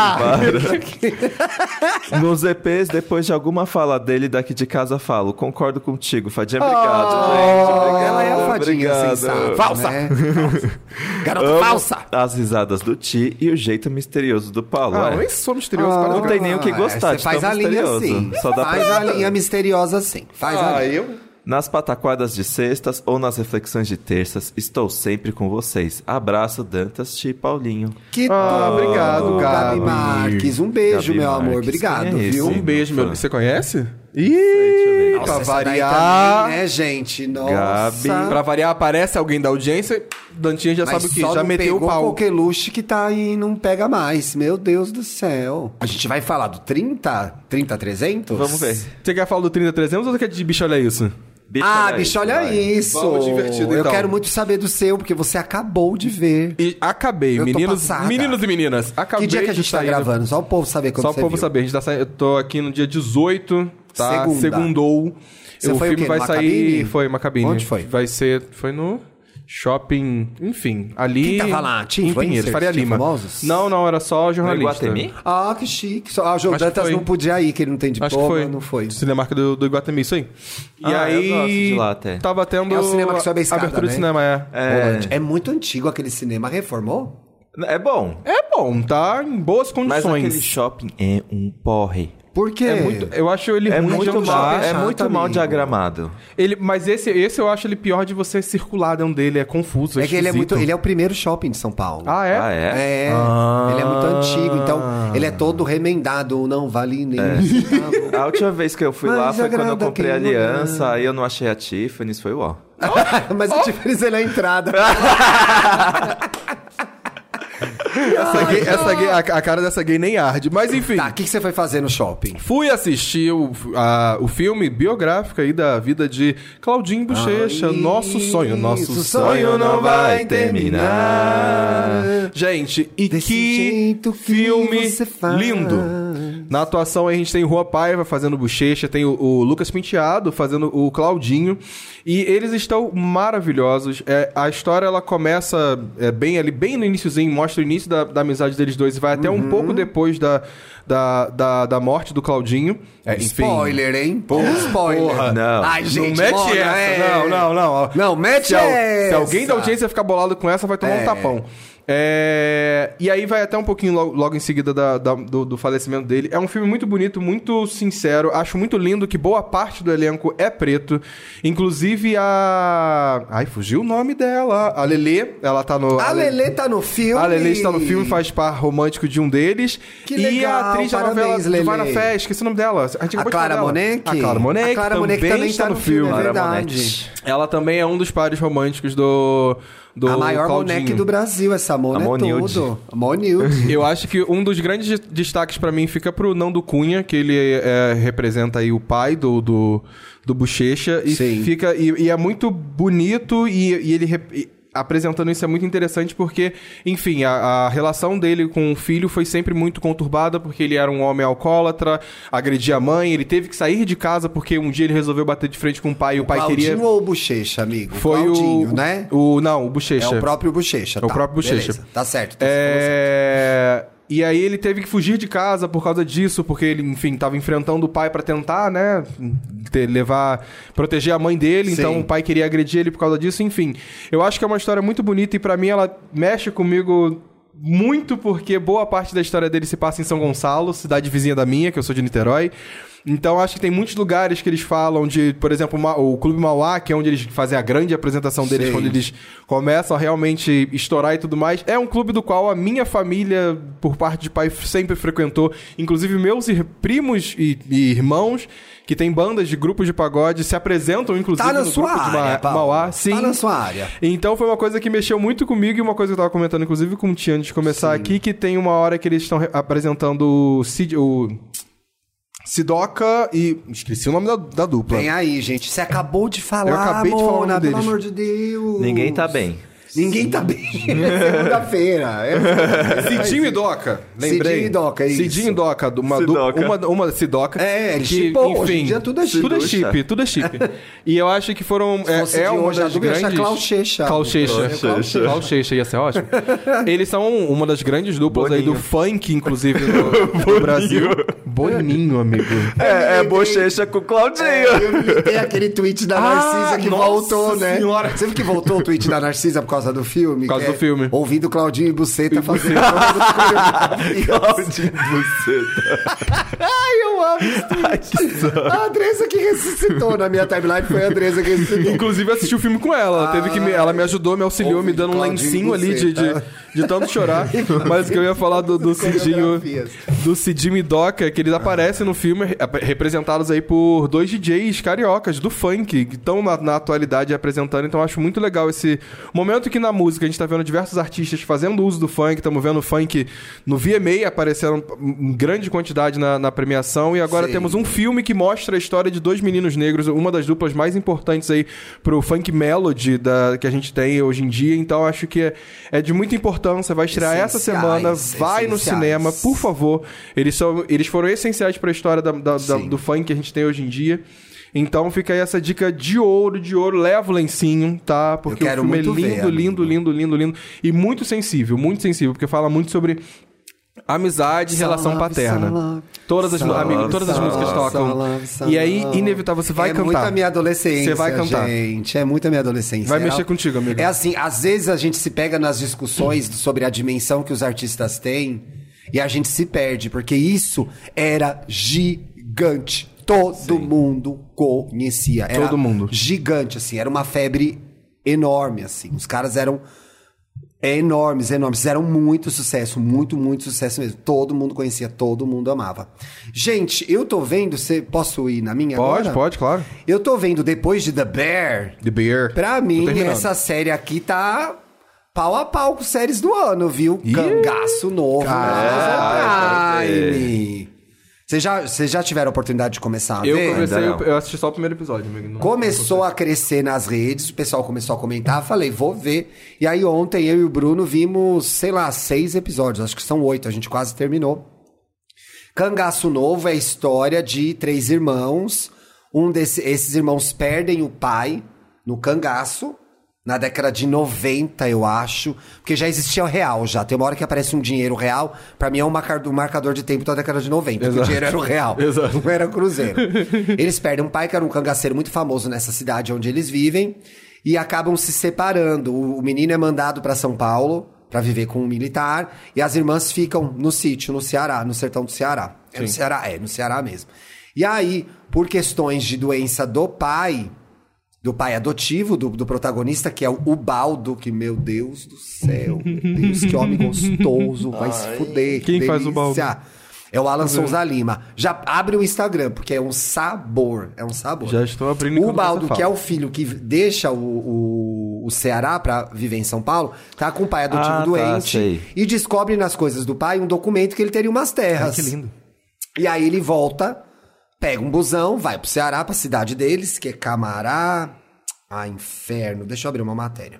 ele. Nos EPs, depois de alguma fala dele, daqui de casa falo. Concordo contigo, Fadinha. Obrigado, gente. Obrigado. Ela é a fadinha Obrigado. sensata. Falsa. Né? Garota Amo falsa. as risadas do Ti e o jeito misterioso do Paulo. Ah, eu é. nem sou misterioso para Não tem nem o que gostar Você de faz tão a linha misterioso. assim. Só dá Faz pra... a linha misteriosa assim. Faz a linha. eu... Nas pataquadas de sextas ou nas reflexões de terças, estou sempre com vocês. Abraço, Dantas, Ti e Paulinho. Que obrigado, tudo, Gabi. Marques. Um beijo, Gabi meu amor. Marques. Obrigado, Quem é esse? viu? Um beijo, meu. Fã. Você conhece? Deixa eu ver. Pra Nossa, essa daí variar... também, né, gente? Nossa. Gabi. Pra variar, aparece alguém da audiência, Dantinha já Mas sabe o que, só já não meteu o pegou pau. Coqueluche que tá aí e não pega mais. Meu Deus do céu. A gente vai falar do 30-300? Vamos ver. Você quer falar do 30-300 ou você quer de bicho, olha isso? Bicho, Bicho, olha vai. isso. Vamos divertido, Eu então. quero muito saber do seu, porque você acabou de ver. E acabei, Eu tô meninos passada. e meninas. Acabei Que dia que a de gente tá sair gravando? Só o povo saber quando Só o você povo viu. saber, a gente tá saindo, eu tô aqui no dia 18, tá? Segunda. Segundou. Você O foi o filme quê? vai Numa sair, cabine? foi uma cabine. Onde foi? Vai ser, foi no Shopping, enfim, ali Quem tava lá? Tinha em Pinheiros, influencers? Faria Tinha Lima. famosos? Não, era só jornalista. No Iguatemi? Ah, que chique. O João Acho que Dantas foi. não podia ir, que ele não tem Acho que diploma, foi. não foi. Cinemarca do Iguatemi, isso aí. E Ah, aí, eu gosto de lá até. tava tendo É o cinema que sobe a escada, abertura né? de cinema, É muito antigo aquele cinema. Reformou? É bom. É bom, tá em boas Mas condições. aquele shopping é um porre. Por quê? Eu acho ele É ruim de muito andar. mal, é chato, muito mal amigo. diagramado. Mas esse eu acho ele pior de você circular dentro dele, é confuso, É que ele é esquisito. ele é o primeiro shopping de São Paulo. Ah, é? Ah, é? É, ele é muito antigo, então ele é todo remendado, não vale nem um centavo. A última vez que eu fui Mas lá foi quando eu agrada comprei a quem não aliança, aí eu não achei a Tiffany's, foi uó. Mas a diferença é na entrada. Essa gay, a cara dessa gay nem arde. Mas enfim, Tá, o que você foi fazer no shopping? fui assistir o filme biográfico aí da vida de Claudinho Bochecha. Nosso sonho. Nosso sonho não vai terminar. Gente, e Desse que jeito que filme você faz. lindo. Na atuação a gente tem o Rua Paiva fazendo Bochecha, tem o Lucas Penteado fazendo o Claudinho. E eles estão maravilhosos. A história ela começa bem ali, bem no iniciozinho, mostra o início da amizade deles dois e vai até um pouco depois da morte do Claudinho. Enfim. Spoiler, hein? Spoiler. Porra. Não. Ai, gente, Não mete bora, essa. Não. Não, mete Se essa. alguém da audiência ficar bolado com essa, vai tomar um tapão. E aí vai até um pouquinho logo em seguida do falecimento dele. É um filme muito bonito, muito sincero. Acho muito lindo que boa parte do elenco é preto. Inclusive a... Ai, fugiu o nome dela. A Lelê, ela tá no... A Lelê tá no filme. A Lelê está no filme, faz par romântico de um deles. Que E legal, a atriz da novela parabéns, do Vai na Lelê. Fé, esqueci o nome dela. A gente acabou de Clara falar dela. Monetti? A Clara Monetti. A Clara Monetti também está tá no no filme, filme. é Clara verdade. Monetti. Ela também é um dos pares românticos do A maior Claudinho. Moneque do Brasil, essa Mona A é Monilde. tudo. Monilde. Eu acho que um dos grandes destaques pra mim fica pro Nando Cunha, que ele representa aí o pai do Bochecha. E Sim. fica e é muito bonito e ele... apresentando isso é muito interessante porque, enfim, a relação dele com o filho foi sempre muito conturbada porque ele era um homem alcoólatra, agredia a mãe, ele teve que sair de casa porque um dia ele resolveu bater de frente com o pai e o pai Claudinho queria... ou o Bochecha, amigo? Foi Claudinho, né? Não, o Bochecha. É o próprio Bochecha. É o próprio Bochecha. Beleza, tá certo. E aí ele teve que fugir de casa por causa disso, porque ele, enfim, tava enfrentando o pai pra tentar, né, proteger a mãe dele, Sim. então o pai queria agredir ele por causa disso, enfim. Eu acho que é uma história muito bonita e pra mim ela mexe comigo muito porque boa parte da história dele se passa em São Gonçalo, cidade vizinha da minha, que eu sou de Niterói. Então, acho que tem muitos lugares que eles falam de, por exemplo, o Clube Mauá, que é onde eles fazem a grande apresentação deles, Sim. quando eles começam a realmente estourar e tudo mais. É um clube do qual a minha família, por parte de pai, sempre frequentou. Inclusive, meus primos e irmãos, que têm bandas de grupos de pagode, se apresentam, inclusive, Tá na no sua grupo área, de Paulo. Mauá. Sim. Tá na sua área. Então foi uma coisa que mexeu muito comigo e uma coisa que eu tava comentando, inclusive, com o Tia antes de começar aqui, que tem uma hora que eles estão apresentando o Sidoca e... Esqueci o nome da dupla. Vem aí, gente. Você acabou de falar, Eu acabei de falar o nome Mona, pelo deles. amor de Deus. Ninguém tá bem. Ninguém tá bem. É segunda-feira. Cidinho e Doca, lembrei. Cidinho e Doca, isso. Cidinho e Doca, Sidoca. uma Sidoca. É, eles que, chipam, hoje em enfim, dia tudo é chip. tudo é chip. E eu acho que foram... fosse de uma hoje, a das dupla ia achar grandes... Clauchecha. Clauchecha. Clauchecha, ia ser ótimo. Eles são uma das grandes duplas aí do Boninho. funk, inclusive, no Brasil. Boninho, amigo. É bochecha com Claudinho. Tem aquele tweet da Narcisa que nossa voltou, né? senhora. Você viu que voltou o tweet da Narcisa por causa do filme? Por causa Que do filme. Ouvindo Claudinho e Buceta fazendo... Claudinho Buceta. Ai, eu amo isso. A Andressa que ressuscitou na minha timeline foi a Andressa que ressuscitou. Inclusive, eu assisti o filme com ela. Ela me ajudou, me auxiliou, me dando um Claudinho lencinho ali Buceta. de tanto chorar. Mas o que eu ia falar do Cidinho... Do Cidinho e Doca, que eles aparecem no filme representados aí por 2 DJs cariocas do funk, que estão na atualidade apresentando. Então, eu acho muito legal esse momento que na música a gente tá vendo diversos artistas fazendo uso do funk. Estamos vendo o funk no VMA apareceram em grande quantidade na premiação. E agora Sim. temos um filme que mostra a história de 2 meninos negros, uma das duplas mais importantes aí pro funk melody que a gente tem hoje em dia. Então, acho que é de muita importância. Vai estrear essa semana, vai no cinema, por favor. Eles foram essenciais para a história do funk que a gente tem hoje em dia. Então fica aí essa dica de ouro. Leva o lencinho, tá? Porque o filme é lindo. E muito sensível, porque fala muito sobre amizade e relação paterna. Todas as músicas tocam. E aí, inevitável, você vai cantar. É muita minha adolescência, você vai cantar. Gente. É muita minha adolescência. Vai mexer contigo, amigo. É assim, às vezes a gente se pega nas discussões sobre a dimensão que os artistas têm e a gente se perde, porque isso era gigante. Todo mundo conhecia. Era todo mundo. Gigante, assim. Era uma febre enorme, assim. Os caras eram enormes. Fizeram muito sucesso. Muito sucesso mesmo. Todo mundo conhecia, todo mundo amava. Gente, eu tô vendo... Posso ir na minha agora? Pode, claro. Eu tô vendo, depois de The Bear... Pra mim, essa série aqui tá... pau a pau com séries do ano, viu? Cangaço novo. Prime. Vocês já tiveram a oportunidade de começar a ver? Eu assisti só o primeiro episódio. Amigo. Começou a crescer nas redes, o pessoal começou a comentar, falei, vou ver. E aí ontem eu e o Bruno vimos, 6 episódios, acho que são 8, a gente quase terminou. Cangaço Novo é a história de 3 irmãos. Esses irmãos perdem o pai no cangaço, na década de 90, eu acho. Porque já existia o real, já. Tem uma hora que aparece um dinheiro real. Pra mim é um marcador de tempo da década de 90. Porque o dinheiro era o real. Exato. Não era cruzeiro. Eles perdem um pai que era um cangaceiro muito famoso nessa cidade onde eles vivem. E acabam se separando. O menino é mandado pra São Paulo pra viver com um militar. E as irmãs ficam no sítio, no Ceará. No sertão do Ceará. No Ceará mesmo. E aí, por questões de doença do pai adotivo, do protagonista, que é o Baldo, que, meu Deus do céu, meu Deus, que homem gostoso, vai se fuder. Quem delícia. Faz o Baldo? É o Alan Souza Lima. Já abre o Instagram, porque é um sabor. Já estou abrindo. O Baldo, que é o filho que deixa o Ceará pra viver em São Paulo, tá com o pai adotivo doente e descobre nas coisas do pai um documento que ele teria umas terras. Ai, que lindo. E aí ele volta... Pega um busão, vai pro Ceará, pra cidade deles, que é Camará... inferno. Deixa eu abrir uma matéria.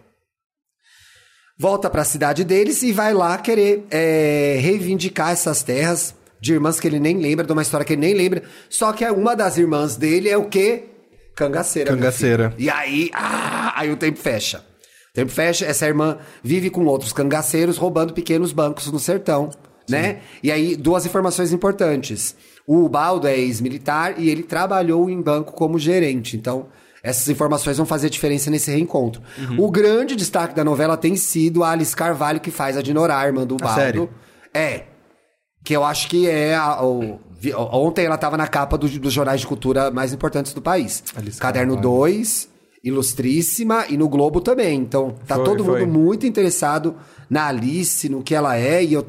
Volta pra cidade deles e vai lá querer reivindicar essas terras de irmãs que ele nem lembra, de uma história que ele nem lembra. Só que uma das irmãs dele é o quê? Cangaceira. E aí o tempo fecha. Essa irmã vive com outros cangaceiros roubando pequenos bancos no sertão, né? E aí, 2 informações importantes. O Baldo é ex-militar e ele trabalhou em banco como gerente. Então, essas informações vão fazer diferença nesse reencontro. O grande destaque da novela tem sido a Alice Carvalho, que faz a Dinorá, irmã do Baldo. Sério? Que eu acho que ontem ela estava na capa dos jornais de cultura mais importantes do país. Alice Caderno Carvalho. 2, ilustríssima, e no Globo também. Então, tá todo mundo muito interessado na Alice, no que ela é, e eu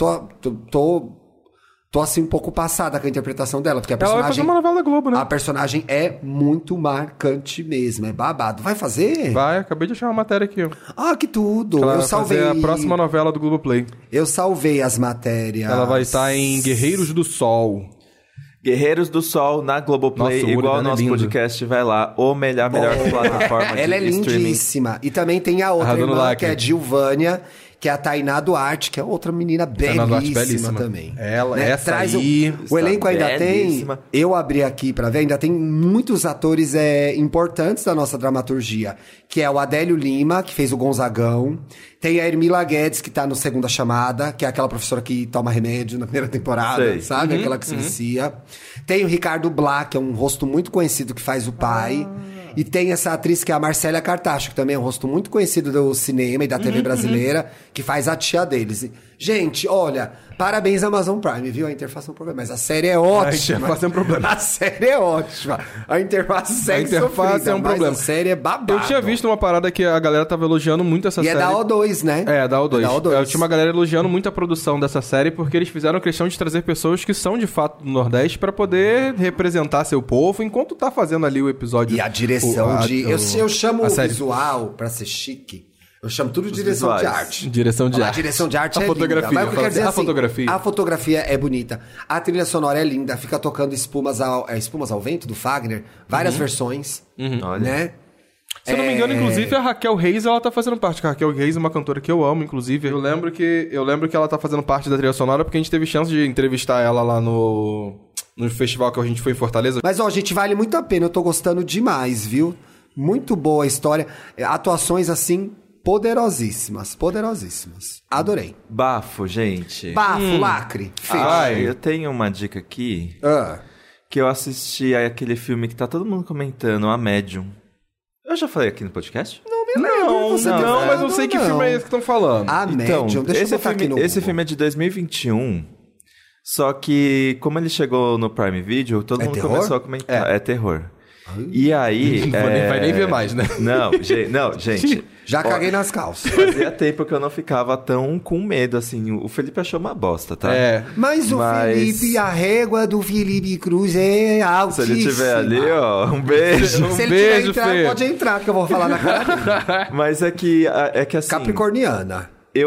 tô assim um pouco passada com a interpretação dela, porque a personagem... Ela vai fazer uma novela da Globo, né? A personagem é muito marcante mesmo, é babado. Vai fazer? Vai, acabei de achar uma matéria aqui. Que tudo. Ela vai fazer a próxima novela do Globoplay. Eu salvei as matérias. Ela vai estar em Guerreiros do Sol. Guerreiros do Sol na Globoplay, igual o nosso podcast, vai lá. Melhor plataforma de Ela é lindíssima. Streaming. E também tem a outra irmã, que é a Gilvânia, que é a Tainá Duarte, que é outra menina belíssima também. Ela, né? Essa aí... O elenco ainda tem... Eu abri aqui pra ver, ainda tem muitos atores importantes da nossa dramaturgia, que é o Adélio Lima, que fez o Gonzagão. Tem a Ermila Guedes, que tá no Segunda Chamada, que é aquela professora que toma remédio na primeira temporada, sabe? Aquela que se vicia. Tem o Ricardo Blá, que é um rosto muito conhecido, que faz o pai. E tem essa atriz que é a Marcélia Cartacho, que também é um rosto muito conhecido do cinema e da TV brasileira, que faz a tia deles. Gente, olha, parabéns Amazon Prime, viu? A interface é um problema, mas a série é ótima. A interface é um problema. A série é ótima. A interface segue sofrida, é um problema. A série é babado. Eu tinha visto uma parada que a galera tava elogiando muito essa série. E é da O2, né? É da O2. Eu tinha uma galera elogiando muito a produção dessa série, porque eles fizeram questão de trazer pessoas que são de fato do Nordeste pra poder representar seu povo, enquanto tá fazendo ali o episódio. E a direção eu chamo o visual pra ser chique. Eu chamo tudo de direção de arte. Direção de arte. A direção de arte é fotografia. Linda. Mas eu quero dizer assim, a fotografia é bonita. A trilha sonora é linda. Fica tocando Espumas ao Vento, do Fagner. Várias versões. Né? Se eu não me engano, inclusive, a Raquel Reis, ela tá fazendo parte. A Raquel Reis é uma cantora que eu amo, inclusive. Eu lembro que ela tá fazendo parte da trilha sonora porque a gente teve chance de entrevistar ela lá no no festival que a gente foi em Fortaleza. Mas, ó, gente, vale muito a pena. Eu tô gostando demais, viu? Muito boa a história. Atuações, assim, poderosíssimas. Adorei. Bafo, gente. Bafo, lacre. Fecho. Eu tenho uma dica aqui. Que eu assisti aquele filme que tá todo mundo comentando, A Medium. Eu já falei aqui no podcast? Não me lembro. Não, mas eu sei que filme é esse que estão falando. A Medium, deixa eu botar aqui no esse filme é de 2021. Só que, como ele chegou no Prime Video, todo mundo começou a comentar. É terror. E aí... Vai nem ver mais, né? Não, gente... Já caguei nas calças. Fazia tempo que eu não ficava tão com medo, assim. O Felipe achou uma bosta, tá? Mas o Felipe, a régua do Felipe Cruz é altíssima. Se ele estiver ali, ó, um beijo. Se ele estiver entrar, pode entrar, que eu vou falar na cara dele. Mas é que assim... Capricorniana.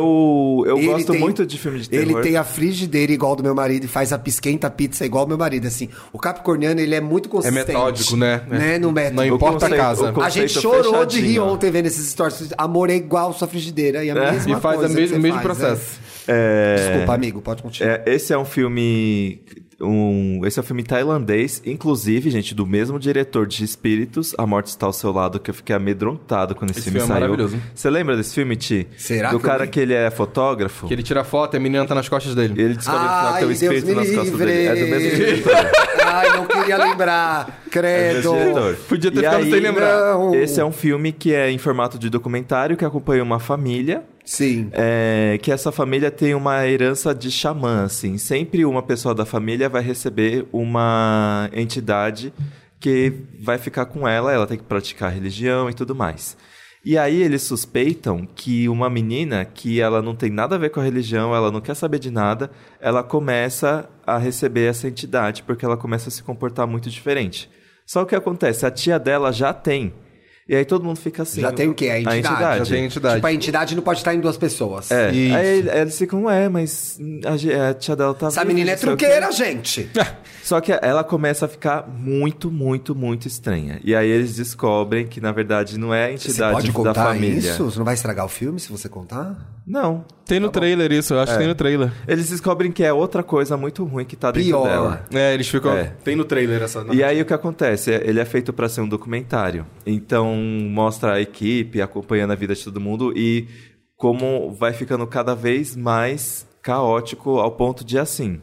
Eu gosto muito de filme de terror. Ele tem a frigideira igual do meu marido e faz a esquenta pizza igual do meu marido, assim. O capricorniano, ele é muito consistente. É metódico, né? No método. Não importa a casa. A gente chorou de rir ontem vendo esses stories. Amor é igual sua frigideira. E a mesma e faz coisa. O mesmo processo. Desculpa, amigo, pode continuar. Esse é um filme... Esse é um filme tailandês, inclusive, gente, do mesmo diretor de Espíritos, A Morte Está ao Seu Lado, que eu fiquei amedrontado quando esse filme saiu. É maravilhoso. Você lembra desse filme, Ti? Será do cara que ele é fotógrafo? Que ele tira foto e a menina tá nas costas dele. E ele descobre no final que tem um espírito nas costas dele. É do mesmo diretor. Ai, não queria lembrar. Credo. Podia ter ficado sem lembrar. Não. Esse é um filme que é em formato de documentário, que acompanha uma família. Sim. Que essa família tem uma herança de xamã, assim. Sempre uma pessoa da família vai receber uma entidade que vai ficar com ela tem que praticar religião e tudo mais. E aí eles suspeitam que uma menina, que ela não tem nada a ver com a religião, ela não quer saber de nada, ela começa a receber essa entidade, porque ela começa a se comportar muito diferente. Só que o que acontece? A tia dela já tem. E aí todo mundo fica assim... Já tem o quê? A entidade. Já tem a entidade. Tipo, a entidade não pode estar em duas pessoas. Aí eles ficam, mas a tia dela tá... Essa menina é truqueira, gente. Só que ela começa a ficar muito, muito, muito estranha. E aí eles descobrem que, na verdade, não é a entidade da família. Você pode contar isso? Você não vai estragar o filme se você contar? Não. Tem no trailer isso, eu acho que tem no trailer. Eles descobrem que é outra coisa muito ruim que tá dentro dela. Eles ficam... Tem no trailer essa... E aí o que acontece? Ele é feito pra ser um documentário. Então mostra a equipe acompanhando a vida de todo mundo e como vai ficando cada vez mais caótico ao ponto de assim...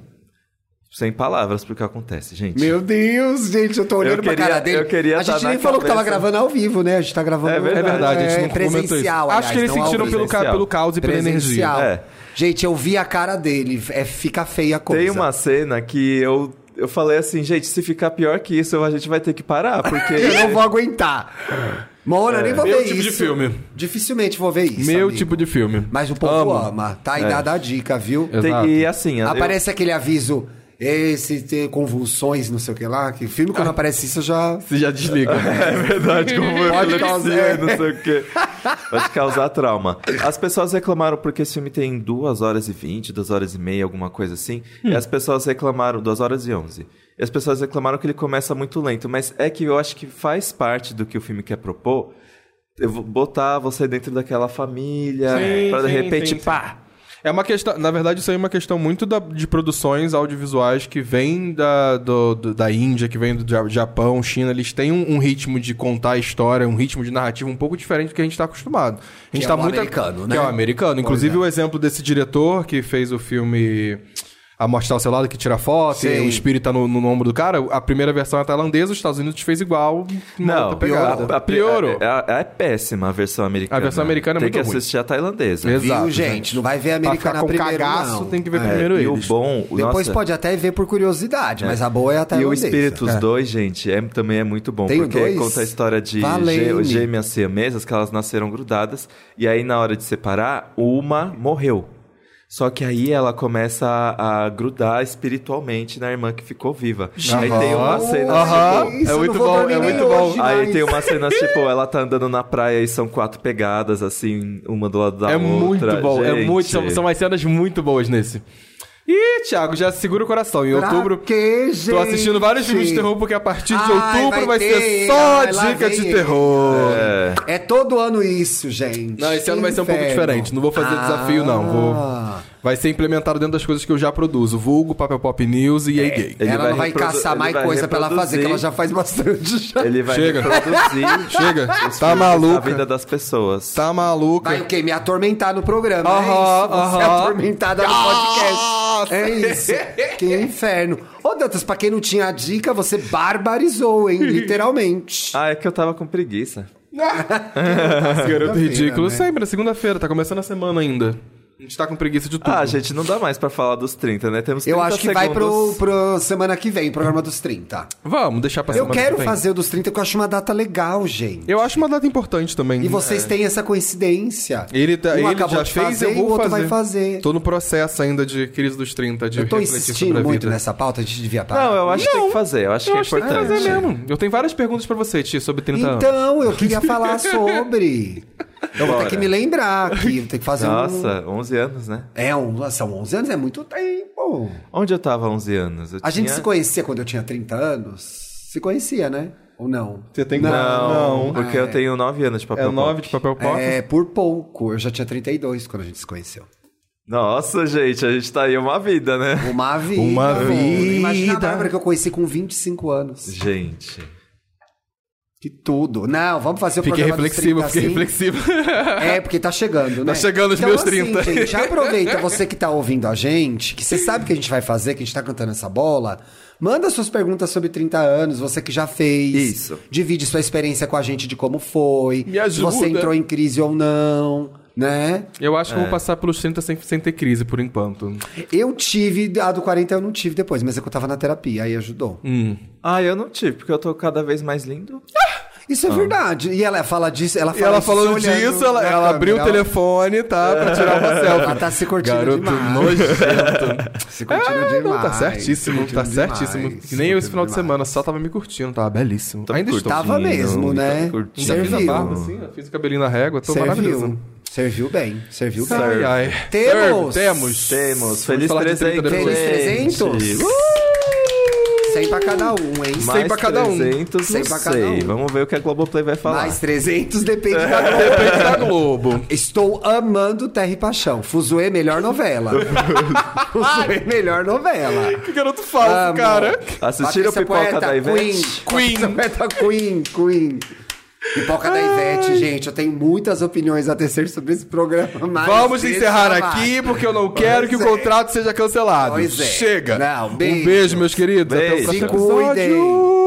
Sem palavras pro que acontece, gente. Meu Deus, gente, eu tô olhando pra cara dele. A gente nem falou que tava gravando ao vivo, né? A gente tá gravando... É verdade, a gente não presencial, aliás, acho que eles sentiram pelo caos e pela energia. Gente, eu vi a cara dele. Fica feia a coisa. Tem uma cena que eu falei assim, gente, se ficar pior que isso, a gente vai ter que parar, porque... eu não vou aguentar. Mona, nem vou ver isso. Meu tipo de filme. Dificilmente vou ver isso, Meu amigo. tipo de filme. Mas o povo ama. Tá aí dada a dica, viu? E assim... Aparece aquele aviso... ter convulsões, não sei o que lá. Que filme, quando aparece isso, você já desliga. É verdade, como pode causar, não sei o quê. Pode causar trauma. As pessoas reclamaram porque esse filme tem 2h20, 2h30, alguma coisa assim. E as pessoas reclamaram... 2h11. E as pessoas reclamaram que ele começa muito lento. Mas é que eu acho que faz parte do que o filme quer propor. Eu vou botar você dentro daquela família. Pra de repente, pá... É uma questão, na verdade, isso aí é uma questão muito de produções audiovisuais que vem da Índia, que vem do Japão, China. Eles têm um ritmo de contar a história, um ritmo de narrativa um pouco diferente do que a gente está acostumado. A gente tá muito americano, né? Que é o americano. Inclusive, o exemplo desse diretor que fez o filme... A Morte Está ao Seu Lado, que tira foto, e o espírito tá no ombro do cara. A primeira versão é tailandesa, os Estados Unidos fez igual. Não, piorou. É péssima a versão americana. A versão americana é muito ruim. Tem que assistir a tailandesa. Exato, viu, gente? Não vai ver a americana primeiro, cagaço, não. Tem que ver primeiro eles. E o bom... Depois pode até ver por curiosidade, mas a boa é a tailandesa. E o Espíritos 2, gente, também é muito bom. Tem porque dois? Conta a história de gêmeas siamesas, que elas nasceram grudadas. E aí, na hora de separar, uma morreu. Só que aí ela começa a grudar espiritualmente na irmã que ficou viva. Aí tem uma cena, tipo... É muito bom, é muito bom. Aí tem uma cena, tipo, ela tá andando na praia e são 4 pegadas, assim, uma do lado da outra. É muito bom, gente. são umas cenas muito boas nesse. Ih, Thiago, já segura o coração. Em outubro, tô assistindo vários filmes de terror, porque a partir de outubro vai ser só dica de terror. É todo ano isso, gente. Não, esse ano vai ser um pouco diferente. Não vou fazer desafio, não. vai ser implementado dentro das coisas que eu já produzo. Vulgo, Papel Pop News e EA Gay. Ela não vai caçar mais coisa pra ela fazer, que ela já faz bastante. Já. Ele vai Chega. reproduzir Chega, tá a maluca. vida das pessoas. Tá maluca. Vai o quê? Me atormentar no programa, é Aham, isso? Você aham. atormentada no podcast. Nossa! É isso. Que inferno. Ô, Dantas, pra quem não tinha a dica, você barbarizou, hein? Literalmente. Ah, é que eu tava com preguiça. Garoto ridículo. né? Sempre, na segunda-feira, tá começando a semana ainda. A gente tá com preguiça de tudo. Ah, gente, não dá mais pra falar dos 30, né? Temos 30 Eu acho que vai segundos. pro semana que vem, programa dos 30. Vamos deixar pra Eu semana quero que vem. fazer o dos 30, porque eu acho uma data legal, gente. Eu acho uma data importante também. E vocês têm essa coincidência. Ele Um já acabou de fez, fazer eu e o vou outro fazer. vai fazer. Tô no processo ainda de crise dos 30, de Eu tô refletir sobre insistindo a muito vida. nessa pauta, a gente devia parar. Não, eu acho que tem que fazer. Eu acho Eu que é acho que tem que importante. fazer mesmo. Eu tenho várias perguntas pra você, Tia, sobre 30 anos. Então, eu queria falar sobre. Eu vou ter Bora. que me lembrar aqui, vou ter que fazer Nossa, 11 anos, né? são 11 anos, é muito tempo. Onde eu tava há 11 anos? A gente se conhecia quando eu tinha 30 anos? Se conhecia, né? Ou não? Você tem que... Não, porque eu tenho 9 anos de papel É 9 pop. de papel pop? É, por pouco. Eu já tinha 32 quando a gente se conheceu. Nossa, gente, a gente tá aí uma vida, né? Uma vida. Uma pô. vida. Imagina a Bárbara que eu conheci com 25 anos. Gente. Que tudo. Não, vamos fazer o Fiquei programa reflexivo, dos 30 fiquei assim. reflexivo. É, porque tá chegando, né? Tá chegando os então, meus assim, 30. gente, aproveita você que tá ouvindo a gente, que você sabe o que a gente vai fazer, que a gente tá cantando essa bola. Manda suas perguntas sobre 30 anos, você que já fez. Isso. Divide sua experiência com a gente de como foi. Me ajuda. Se você entrou em crise ou não, né? Eu acho que eu vou passar pelos 30 sem ter crise, por enquanto. Eu tive, a do 40 eu não tive depois, mas é que eu tava na terapia, aí ajudou. Ah, eu não tive, porque eu tô cada vez mais lindo. Isso é verdade. E ela fala disso, ela E fala ela isso falando olhando disso, na ela abriu o câmera. telefone, tá? Pra tirar uma selfie. Ela tá se curtindo Garoto demais. nojento. Se curtindo demais. Não, tá certíssimo, se tá curtindo certíssimo. demais, Que nem eu esse se final de curtindo semana, só tava me curtindo, tava belíssimo. Tô Ainda estou. Tava mesmo, né? curtindo. Ainda fiz a Serviu. barba assim, fiz o cabelinho na régua, tô maravilhoso. Serviu. Serviu bem. Serviu bem. Ai, ai. Temos. Temos. Temos. Feliz falar de 30 300, depois. Feliz 300? gente. 100 pra cada um, hein? Cem Mais pra cada um. 300, 100 não pra cada sei. um. Vamos ver o que a Globoplay vai falar. Mais 300 depende da Globo. Depende da Globo. Estou amando Terra e Paixão. Fuzuê, melhor novela. Fuzuê, melhor novela. Que garoto falso, Amo. cara. Assistiram Patrícia Pipoca Poeta, da Ivete? Queen. Patrícia Poeta, Queen. Pipoca da Ivete, gente. Eu tenho muitas opiniões a tecer sobre esse programa. Mas Vamos deixa encerrar lá. aqui, porque eu não quero que o Pois é. contrato seja cancelado. Pois é. Chega. Não, Um beijo, meus queridos. Até o Beijo. próximo Se cuidem. episódio.